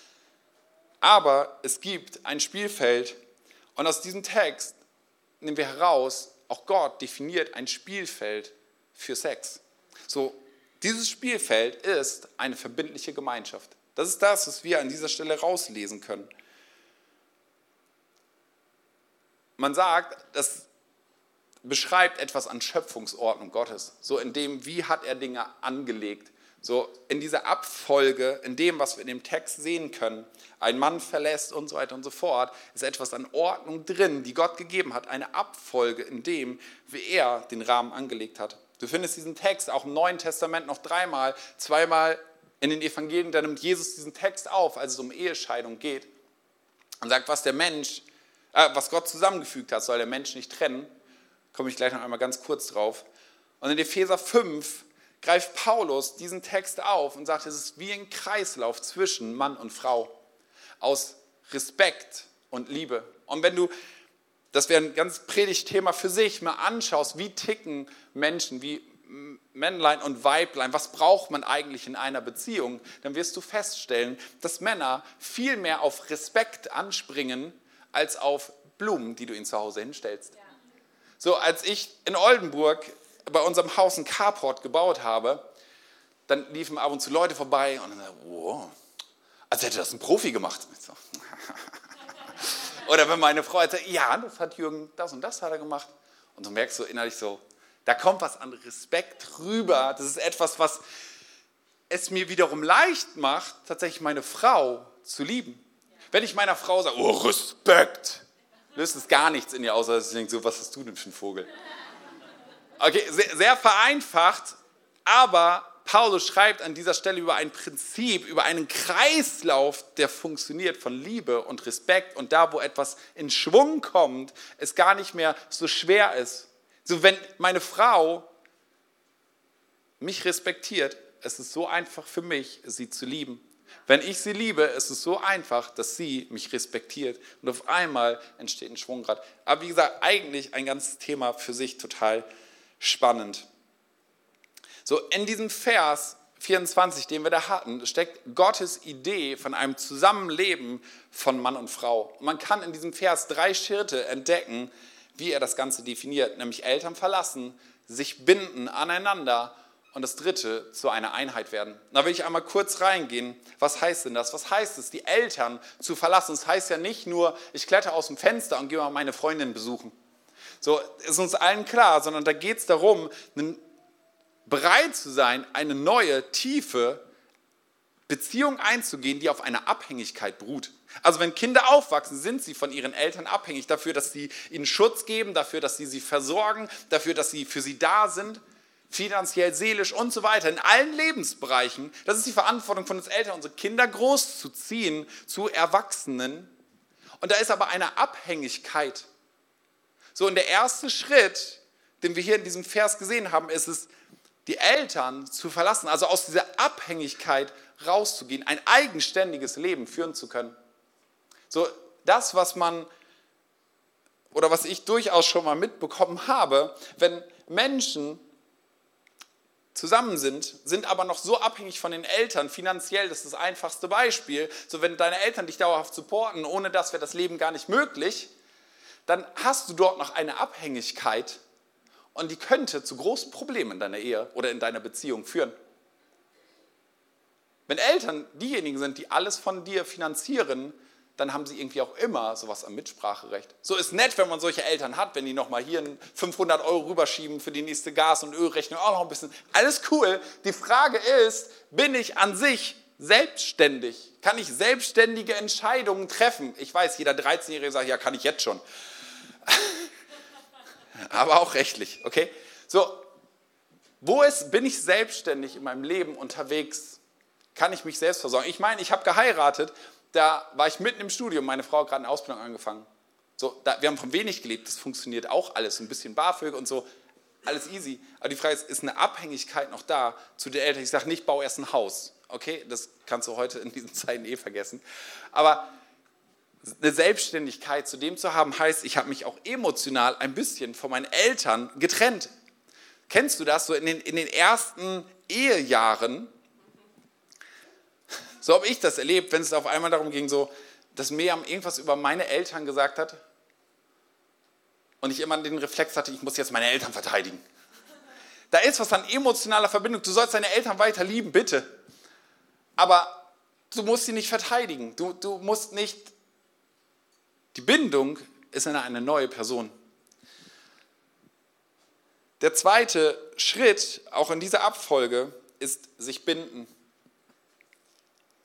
Aber es gibt ein Spielfeld. Und aus diesem Text nehmen wir heraus, auch Gott definiert ein Spielfeld für Sex. So, dieses Spielfeld ist eine verbindliche Gemeinschaft. Das ist das, was wir an dieser Stelle rauslesen können. Man sagt, das beschreibt etwas an Schöpfungsordnung Gottes. So in dem, wie hat er Dinge angelegt. So in dieser Abfolge, in dem, was wir in dem Text sehen können. Ein Mann verlässt und so weiter und so fort, ist etwas an Ordnung drin, die Gott gegeben hat. Eine Abfolge in dem, wie er den Rahmen angelegt hat. Du findest diesen Text auch im Neuen Testament noch 3-mal, 2-mal in den Evangelien. Da nimmt Jesus diesen Text auf, als es um Ehescheidung geht und sagt, was Gott zusammengefügt hat, soll der Mensch nicht trennen. Komme ich gleich noch einmal ganz kurz drauf. Und in Epheser 5 greift Paulus diesen Text auf und sagt, es ist wie ein Kreislauf zwischen Mann und Frau aus Respekt und Liebe. Und wenn du, das wäre ein ganz Predigtthema für sich, mal anschaust, wie ticken Menschen, wie Männlein und Weiblein, was braucht man eigentlich in einer Beziehung, dann wirst du feststellen, dass Männer viel mehr auf Respekt anspringen, als auf Blumen, die du ihnen zu Hause hinstellst. Ja. So, als ich in Oldenburg bei unserem Haus einen Carport gebaut habe, dann liefen ab und zu Leute vorbei und dann, wow, als hätte das ein Profi gemacht. So. Oder wenn meine Frau sagt, ja, das hat Jürgen, das und das hat er gemacht. Und du merkst so innerlich so, da kommt was an Respekt rüber. Das ist etwas, was es mir wiederum leicht macht, tatsächlich meine Frau zu lieben. Wenn ich meiner Frau sage, oh, Respekt, löst es gar nichts in ihr aus, als ich denke, so, was hast du denn für ein Vogel? Okay, sehr vereinfacht, aber Paulus schreibt an dieser Stelle über ein Prinzip, über einen Kreislauf, der funktioniert von Liebe und Respekt und da, wo etwas in Schwung kommt, es gar nicht mehr so schwer ist. So, wenn meine Frau mich respektiert, es ist so einfach für mich, sie zu lieben. Wenn ich sie liebe, ist es so einfach, dass sie mich respektiert und auf einmal entsteht ein Schwunggrad. Aber wie gesagt, eigentlich ein ganzes Thema für sich, total spannend. So, in diesem Vers 24, den wir da hatten, steckt Gottes Idee von einem Zusammenleben von Mann und Frau. Und man kann in diesem Vers 3 Schritte entdecken, wie er das Ganze definiert, nämlich Eltern verlassen, sich binden aneinander und das dritte, zu einer Einheit werden. Da will ich einmal kurz reingehen. Was heißt denn das? Was heißt es, die Eltern zu verlassen? Das heißt ja nicht nur, ich kletter aus dem Fenster und gehe mal meine Freundin besuchen. So ist uns allen klar, sondern da geht es darum, bereit zu sein, eine neue, tiefe Beziehung einzugehen, die auf einer Abhängigkeit beruht. Also wenn Kinder aufwachsen, sind sie von ihren Eltern abhängig dafür, dass sie ihnen Schutz geben, dafür, dass sie sie versorgen, dafür, dass sie für sie da sind, finanziell, seelisch und so weiter, in allen Lebensbereichen. Das ist die Verantwortung von uns Eltern, unsere Kinder großzuziehen zu Erwachsenen. Und da ist aber eine Abhängigkeit. So, und der erste Schritt, den wir hier in diesem Vers gesehen haben, ist es, die Eltern zu verlassen, also aus dieser Abhängigkeit rauszugehen, ein eigenständiges Leben führen zu können. So, das, was ich durchaus schon mal mitbekommen habe, wenn Menschen zusammen sind aber noch so abhängig von den Eltern, finanziell, das ist das einfachste Beispiel, so wenn deine Eltern dich dauerhaft supporten, ohne das wäre das Leben gar nicht möglich, dann hast du dort noch eine Abhängigkeit und die könnte zu großen Problemen in deiner Ehe oder in deiner Beziehung führen. Wenn Eltern diejenigen sind, die alles von dir finanzieren, dann haben sie irgendwie auch immer sowas am Mitspracherecht. So ist nett, wenn man solche Eltern hat, wenn die nochmal hier 500 € rüberschieben für die nächste Gas- und Ölrechnung, auch noch ein bisschen. Alles cool. Die Frage ist, bin ich an sich selbstständig? Kann ich selbstständige Entscheidungen treffen? Ich weiß, jeder 13-Jährige sagt, ja, kann ich jetzt schon. Aber auch rechtlich, okay? So, bin ich selbstständig in meinem Leben unterwegs? Kann ich mich selbst versorgen? Ich meine, ich habe geheiratet, da war ich mitten im Studium, meine Frau hat gerade eine Ausbildung angefangen. So, wir haben von wenig gelebt, das funktioniert auch alles, ein bisschen BAföG und so, alles easy. Aber die Frage ist eine Abhängigkeit noch da zu den Eltern? Ich sage nicht, bau erst ein Haus, okay? Das kannst du heute in diesen Zeiten vergessen. Aber eine Selbstständigkeit zu dem zu haben, heißt, ich habe mich auch emotional ein bisschen von meinen Eltern getrennt. Kennst du das? So in den ersten Ehejahren, so habe ich das erlebt, wenn es auf einmal darum ging, so, dass Miriam irgendwas über meine Eltern gesagt hat und ich immer den Reflex hatte, ich muss jetzt meine Eltern verteidigen. Da ist was an emotionaler Verbindung. Du sollst deine Eltern weiter lieben, bitte. Aber du musst sie nicht verteidigen. Du musst nicht. Die Bindung ist in eine neue Person. Der zweite Schritt, auch in dieser Abfolge, ist sich binden.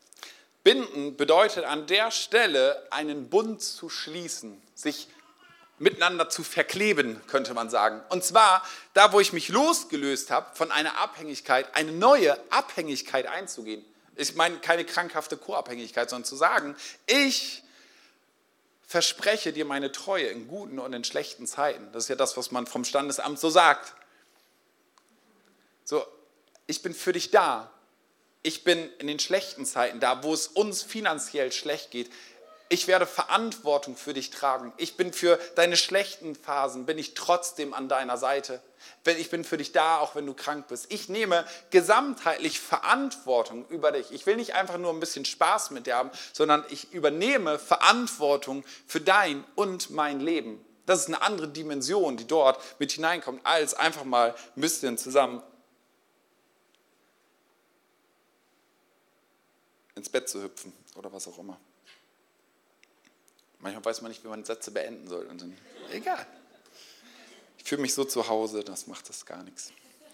Binden bedeutet an der Stelle, einen Bund zu schließen, sich miteinander zu verkleben, könnte man sagen. Und zwar, da wo ich mich losgelöst habe von einer Abhängigkeit, eine neue Abhängigkeit einzugehen. Ich meine keine krankhafte Co-Abhängigkeit, sondern zu sagen, ich verspreche dir meine Treue in guten und in schlechten Zeiten. Das ist ja das, was man vom Standesamt so sagt. So, ich bin für dich da. Ich bin in den schlechten Zeiten da, wo es uns finanziell schlecht geht. Ich werde Verantwortung für dich tragen. Ich bin für deine schlechten Phasen, bin ich trotzdem an deiner Seite. Ich bin für dich da, auch wenn du krank bist. Ich nehme gesamtheitlich Verantwortung über dich. Ich will nicht einfach nur ein bisschen Spaß mit dir haben, sondern ich übernehme Verantwortung für dein und mein Leben. Das ist eine andere Dimension, die dort mit hineinkommt, als einfach mal ein bisschen zusammen ins Bett zu hüpfen oder was auch immer. Manchmal weiß man nicht, wie man Sätze beenden soll. Und dann, egal. Ich fühle mich so zu Hause, das macht das gar nichts.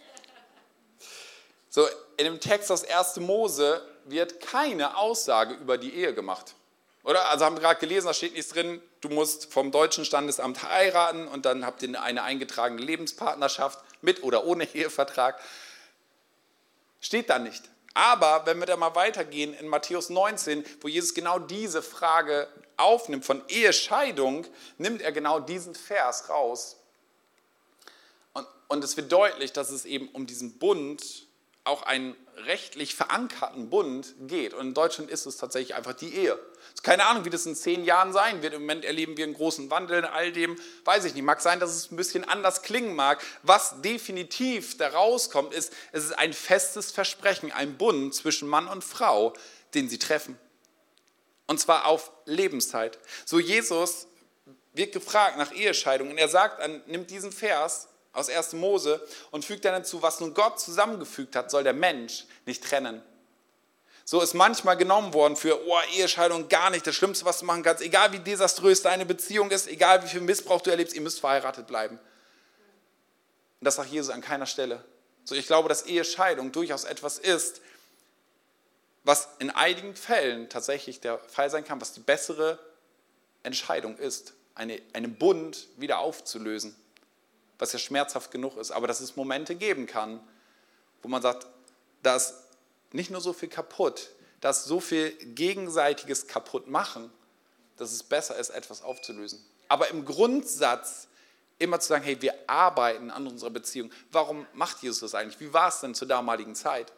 So, in dem Text aus 1. Mose wird keine Aussage über die Ehe gemacht. Oder? Also haben wir gerade gelesen, da steht nichts drin, du musst vom deutschen Standesamt heiraten und dann habt ihr eine eingetragene Lebenspartnerschaft mit oder ohne Ehevertrag. Steht da nicht. Aber wenn wir da mal weitergehen in Matthäus 19, wo Jesus genau diese Frage aufnimmt von Ehescheidung, nimmt er genau diesen Vers raus. Und es wird deutlich, dass es eben um diesen Bund, auch einen rechtlich verankerten Bund geht. Und in Deutschland ist es tatsächlich einfach die Ehe. Keine Ahnung, wie das in 10 Jahren sein wird. Im Moment erleben wir einen großen Wandel in all dem. Weiß ich nicht. Mag sein, dass es ein bisschen anders klingen mag. Was definitiv da rauskommt, ist, es ist ein festes Versprechen, ein Bund zwischen Mann und Frau, den sie treffen. Und zwar auf Lebenszeit. So, Jesus wird gefragt nach Ehescheidung. Und er sagt, nimmt diesen Vers aus 1. Mose und fügt dann hinzu, was nun Gott zusammengefügt hat, soll der Mensch nicht trennen. So ist manchmal genommen worden für Ehescheidung gar nicht, das Schlimmste, was du machen kannst. Egal wie desaströs deine Beziehung ist, egal wie viel Missbrauch du erlebst, ihr müsst verheiratet bleiben. Und das sagt Jesus an keiner Stelle. So, ich glaube, dass Ehescheidung durchaus etwas ist, was in einigen Fällen tatsächlich der Fall sein kann, was die bessere Entscheidung ist, einen Bund wieder aufzulösen. Was ja schmerzhaft genug ist, aber dass es Momente geben kann, wo man sagt, da ist nicht nur so viel kaputt, da ist so viel gegenseitiges Kaputtmachen, dass es besser ist, etwas aufzulösen. Aber im Grundsatz immer zu sagen, hey, wir arbeiten an unserer Beziehung. Warum macht Jesus das eigentlich? Wie war es denn zur damaligen Zeit?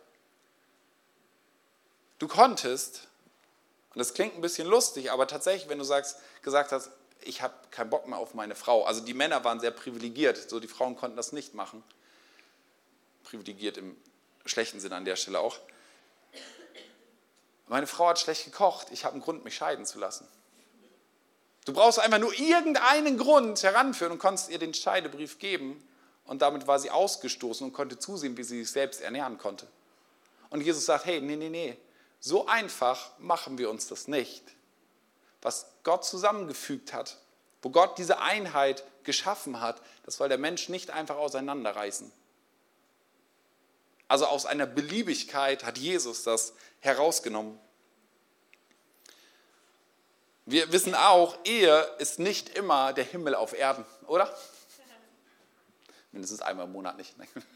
Du konntest, und das klingt ein bisschen lustig, aber tatsächlich, wenn du gesagt hast, ich habe keinen Bock mehr auf meine Frau. Also die Männer waren sehr privilegiert, so die Frauen konnten das nicht machen. Privilegiert im schlechten Sinne an der Stelle auch. Meine Frau hat schlecht gekocht, ich habe einen Grund, mich scheiden zu lassen. Du brauchst einfach nur irgendeinen Grund heranführen und konntest ihr den Scheidebrief geben und damit war sie ausgestoßen und konnte zusehen, wie sie sich selbst ernähren konnte. Und Jesus sagt, hey, nee, so einfach machen wir uns das nicht. Was Gott zusammengefügt hat, wo Gott diese Einheit geschaffen hat, das soll der Mensch nicht einfach auseinanderreißen. Also aus einer Beliebigkeit hat Jesus das herausgenommen. Wir wissen auch, Ehe ist nicht immer der Himmel auf Erden, oder? Mindestens einmal im Monat nicht.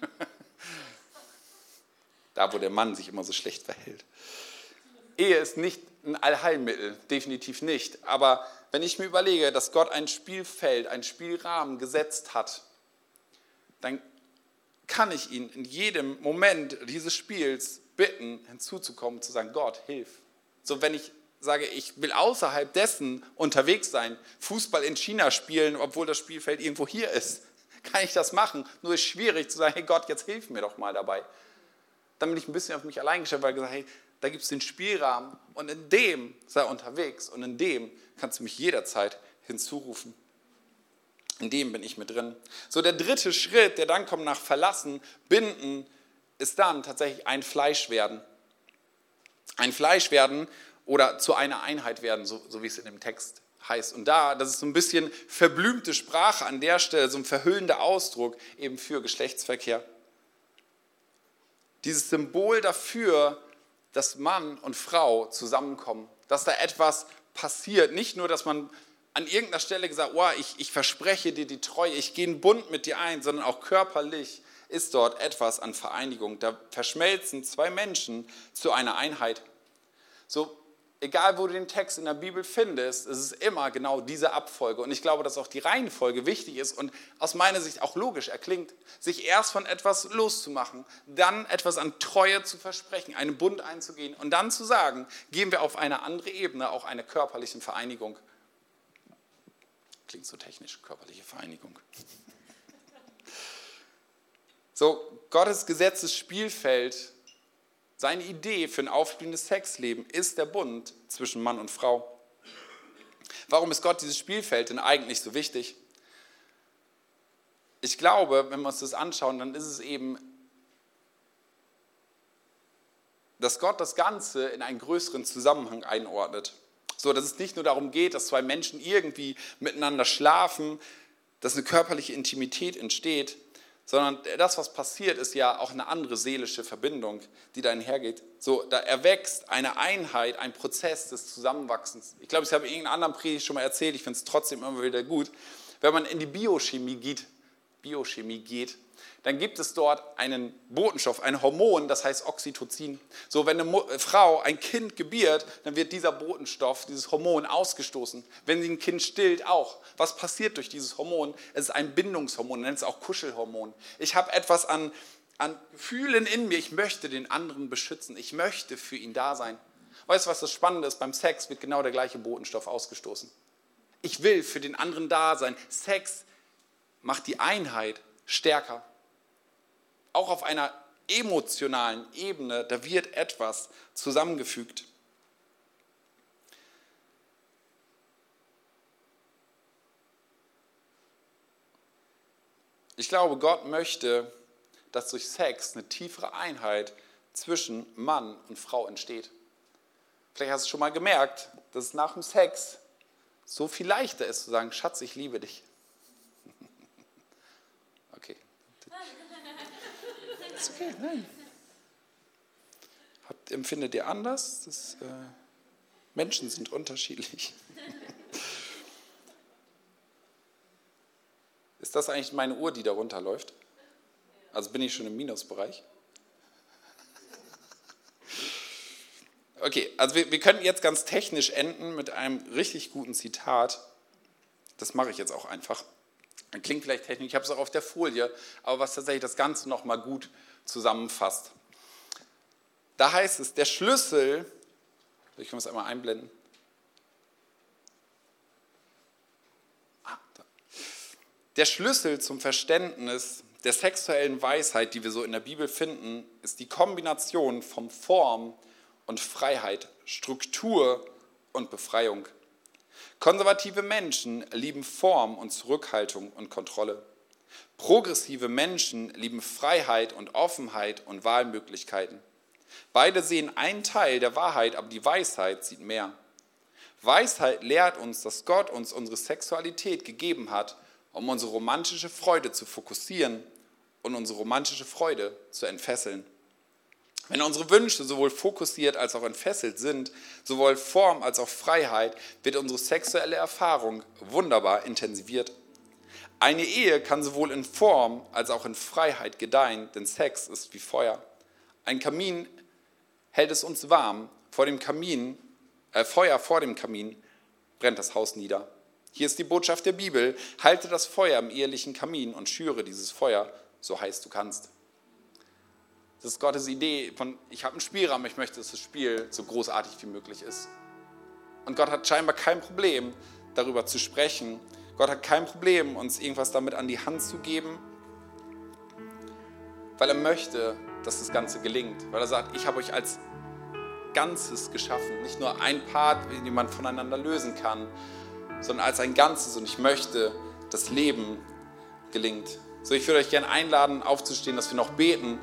Da, wo der Mann sich immer so schlecht verhält. Ehe ist nicht ein Allheilmittel, definitiv nicht. Aber wenn ich mir überlege, dass Gott ein Spielfeld, einen Spielrahmen gesetzt hat, dann kann ich ihn in jedem Moment dieses Spiels bitten, hinzuzukommen, zu sagen, Gott, hilf. So, wenn ich sage, ich will außerhalb dessen unterwegs sein, Fußball in China spielen, obwohl das Spielfeld irgendwo hier ist, kann ich das machen. Nur ist es schwierig zu sagen, hey Gott, jetzt hilf mir doch mal dabei. Dann bin ich ein bisschen auf mich allein gestellt, weil ich gesagt habe, hey, da gibt es den Spielrahmen und in dem sei unterwegs und in dem kannst du mich jederzeit hinzurufen. In dem bin ich mit drin. So, der dritte Schritt, der dann kommt nach Verlassen, Binden, ist dann tatsächlich ein Fleischwerden. Ein Fleischwerden oder zu einer Einheit werden, so wie es in dem Text heißt. Und das ist so ein bisschen verblümte Sprache an der Stelle, so ein verhüllender Ausdruck eben für Geschlechtsverkehr. Dieses Symbol dafür, dass Mann und Frau zusammenkommen, dass da etwas passiert. Nicht nur, dass man an irgendeiner Stelle gesagt, ich verspreche dir die Treue, ich gehe einen Bund mit dir ein, sondern auch körperlich ist dort etwas an Vereinigung. Da verschmelzen zwei Menschen zu einer Einheit. So, egal wo du den Text in der Bibel findest, es ist immer genau diese Abfolge. Und ich glaube, dass auch die Reihenfolge wichtig ist und aus meiner Sicht auch logisch erklingt, sich erst von etwas loszumachen, dann etwas an Treue zu versprechen, einen Bund einzugehen und dann zu sagen, gehen wir auf eine andere Ebene, auch eine körperliche Vereinigung. Klingt so technisch, körperliche Vereinigung. So, Gottes Gesetzesspielfeld, seine Idee für ein aufblühendes Sexleben ist der Bund zwischen Mann und Frau. Warum ist Gott dieses Spielfeld denn eigentlich so wichtig? Ich glaube, wenn wir uns das anschauen, dann ist es eben, dass Gott das Ganze in einen größeren Zusammenhang einordnet. So, dass es nicht nur darum geht, dass zwei Menschen irgendwie miteinander schlafen, dass eine körperliche Intimität entsteht, sondern das, was passiert, ist ja auch eine andere seelische Verbindung, die da einhergeht. So, da erwächst eine Einheit, ein Prozess des Zusammenwachsens. Ich glaube, ich habe in irgendeiner anderen Predigt schon mal erzählt, ich finde es trotzdem immer wieder gut. Wenn man in die Biochemie geht, dann gibt es dort einen Botenstoff, ein Hormon, das heißt Oxytocin. So, wenn eine Frau ein Kind gebiert, dann wird dieser Botenstoff, dieses Hormon ausgestoßen. Wenn sie ein Kind stillt, auch. Was passiert durch dieses Hormon? Es ist ein Bindungshormon, nennt es auch Kuschelhormon. Ich habe etwas an Gefühlen in mir, ich möchte den anderen beschützen, ich möchte für ihn da sein. Weißt du, was das Spannende ist? Beim Sex wird genau der gleiche Botenstoff ausgestoßen. Ich will für den anderen da sein. Sex macht die Einheit stärker. Auch auf einer emotionalen Ebene, da wird etwas zusammengefügt. Ich glaube, Gott möchte, dass durch Sex eine tiefere Einheit zwischen Mann und Frau entsteht. Vielleicht hast du schon mal gemerkt, dass es nach dem Sex so viel leichter ist zu sagen, Schatz, ich liebe dich. Okay. Ist okay, nein. Empfindet ihr anders? Menschen sind unterschiedlich. Ist das eigentlich meine Uhr, die da runterläuft? Also bin ich schon im Minusbereich? Okay, also wir könnten jetzt ganz technisch enden mit einem richtig guten Zitat. Das mache ich jetzt auch einfach. Klingt vielleicht technisch, ich habe es auch auf der Folie, aber was tatsächlich das Ganze nochmal gut zusammenfasst. Da heißt es, der Schlüssel, ich kann es einmal einblenden. Der Schlüssel zum Verständnis der sexuellen Weisheit, die wir so in der Bibel finden, ist die Kombination von Form und Freiheit, Struktur und Befreiung. Konservative Menschen lieben Form und Zurückhaltung und Kontrolle. Progressive Menschen lieben Freiheit und Offenheit und Wahlmöglichkeiten. Beide sehen einen Teil der Wahrheit, aber die Weisheit sieht mehr. Weisheit lehrt uns, dass Gott uns unsere Sexualität gegeben hat, um unsere romantische Freude zu fokussieren und unsere romantische Freude zu entfesseln. Wenn unsere Wünsche sowohl fokussiert als auch entfesselt sind, sowohl Form als auch Freiheit, wird unsere sexuelle Erfahrung wunderbar intensiviert. Eine Ehe kann sowohl in Form als auch in Freiheit gedeihen, denn Sex ist wie Feuer. Ein Kamin hält es uns warm, Feuer vor dem Kamin brennt das Haus nieder. Hier ist die Botschaft der Bibel: Halte das Feuer im ehelichen Kamin und schüre dieses Feuer, so heiß du kannst. Das ist Gottes Idee von, ich habe einen Spielraum, ich möchte, dass das Spiel so großartig wie möglich ist. Und Gott hat scheinbar kein Problem, darüber zu sprechen. Gott hat kein Problem, uns irgendwas damit an die Hand zu geben, weil er möchte, dass das Ganze gelingt. Weil er sagt, ich habe euch als Ganzes geschaffen, nicht nur ein Part, den man voneinander lösen kann, sondern als ein Ganzes. Und ich möchte, dass Leben gelingt. So, ich würde euch gerne einladen, aufzustehen, dass wir noch beten.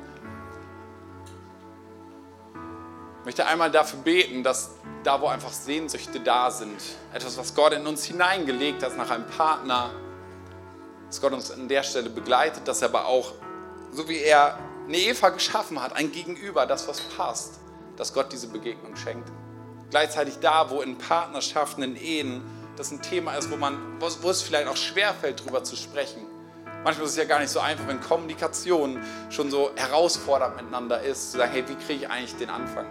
Ich möchte einmal dafür beten, dass da, wo einfach Sehnsüchte da sind, etwas, was Gott in uns hineingelegt hat, nach einem Partner, dass Gott uns an der Stelle begleitet, dass er aber auch, so wie er eine Eva geschaffen hat, ein Gegenüber, das, was passt, dass Gott diese Begegnung schenkt. Gleichzeitig da, wo in Partnerschaften, in Ehen das ein Thema ist, wo es vielleicht auch schwerfällt, drüber zu sprechen. Manchmal ist es ja gar nicht so einfach, wenn Kommunikation schon so herausfordernd miteinander ist, zu sagen, hey, wie kriege ich eigentlich den Anfang?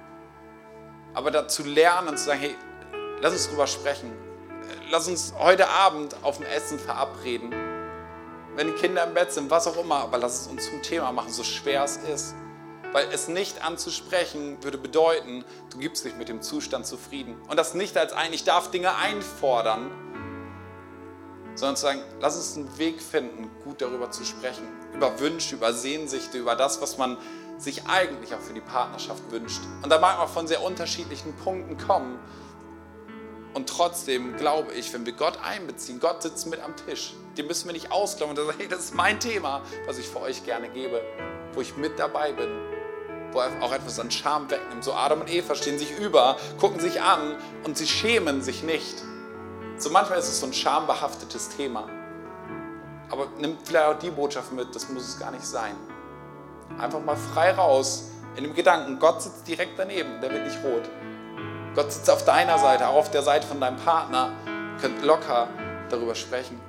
Aber dazu lernen und zu sagen, hey, lass uns drüber sprechen. Lass uns heute Abend auf dem Essen verabreden. Wenn die Kinder im Bett sind, was auch immer, aber lass es uns zum Thema machen, so schwer es ist. Weil es nicht anzusprechen würde bedeuten, du gibst dich mit dem Zustand zufrieden. Und das nicht als ich darf Dinge einfordern, sondern zu sagen, lass uns einen Weg finden, gut darüber zu sprechen. Über Wünsche, über Sehnsüchte, über das, was man sich eigentlich auch für die Partnerschaft wünscht. Und da mag man von sehr unterschiedlichen Punkten kommen. Und trotzdem glaube ich, wenn wir Gott einbeziehen, Gott sitzt mit am Tisch, den müssen wir nicht ausklammern und sagen, hey, das ist mein Thema, was ich für euch gerne gebe, wo ich mit dabei bin, wo er auch etwas an Scham wegnimmt. So Adam und Eva stehen sich über, gucken sich an und sie schämen sich nicht. So manchmal ist es so ein schambehaftetes Thema. Aber nimm vielleicht auch die Botschaft mit, das muss es gar nicht sein. Einfach mal frei raus in dem Gedanken, Gott sitzt direkt daneben, der wird nicht rot. Gott sitzt auf deiner Seite, auch auf der Seite von deinem Partner. Ihr könnt locker darüber sprechen.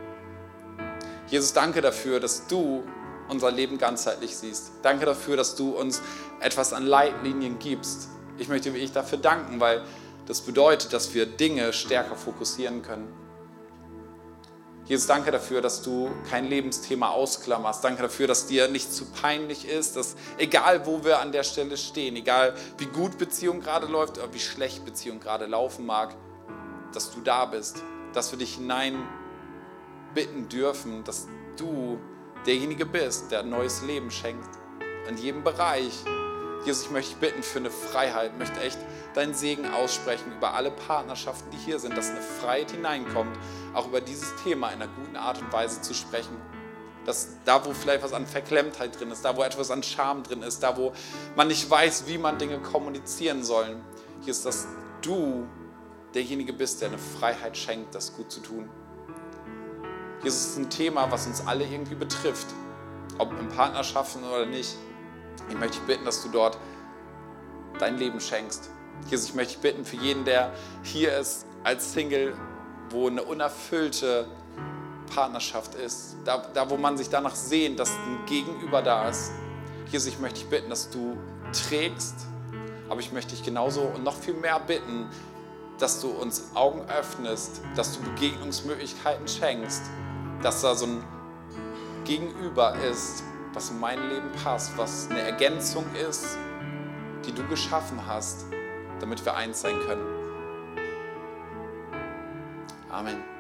Jesus, danke dafür, dass du unser Leben ganzheitlich siehst. Danke dafür, dass du uns etwas an Leitlinien gibst. Ich möchte wirklich dafür danken, weil das bedeutet, dass wir Dinge stärker fokussieren können. Jesus, danke dafür, dass du kein Lebensthema ausklammerst. Danke dafür, dass dir nicht zu peinlich ist, dass egal wo wir an der Stelle stehen, egal wie gut Beziehung gerade läuft oder wie schlecht Beziehung gerade laufen mag, dass du da bist, dass wir dich hinein bitten dürfen, dass du derjenige bist, der ein neues Leben schenkt in jedem Bereich. Jesus, ich möchte dich bitten für eine Freiheit, möchte echt deinen Segen aussprechen über alle Partnerschaften, die hier sind, dass eine Freiheit hineinkommt, auch über dieses Thema in einer guten Art und Weise zu sprechen. Dass da, wo vielleicht was an Verklemmtheit drin ist, da, wo etwas an Scham drin ist, da, wo man nicht weiß, wie man Dinge kommunizieren soll, Jesus, dass du derjenige bist, der eine Freiheit schenkt, das gut zu tun. Jesus, ist ein Thema, was uns alle irgendwie betrifft, ob in Partnerschaften oder nicht. Ich möchte dich bitten, dass du dort dein Leben schenkst. Jesus, ich möchte dich bitten für jeden, der hier ist als Single, wo eine unerfüllte Partnerschaft ist, da wo man sich danach sehnt, dass ein Gegenüber da ist. Jesus, ich möchte dich bitten, dass du trägst, aber ich möchte dich genauso und noch viel mehr bitten, dass du uns Augen öffnest, dass du Begegnungsmöglichkeiten schenkst, dass da so ein Gegenüber ist, was in mein Leben passt, was eine Ergänzung ist, die du geschaffen hast, damit wir eins sein können. Amen.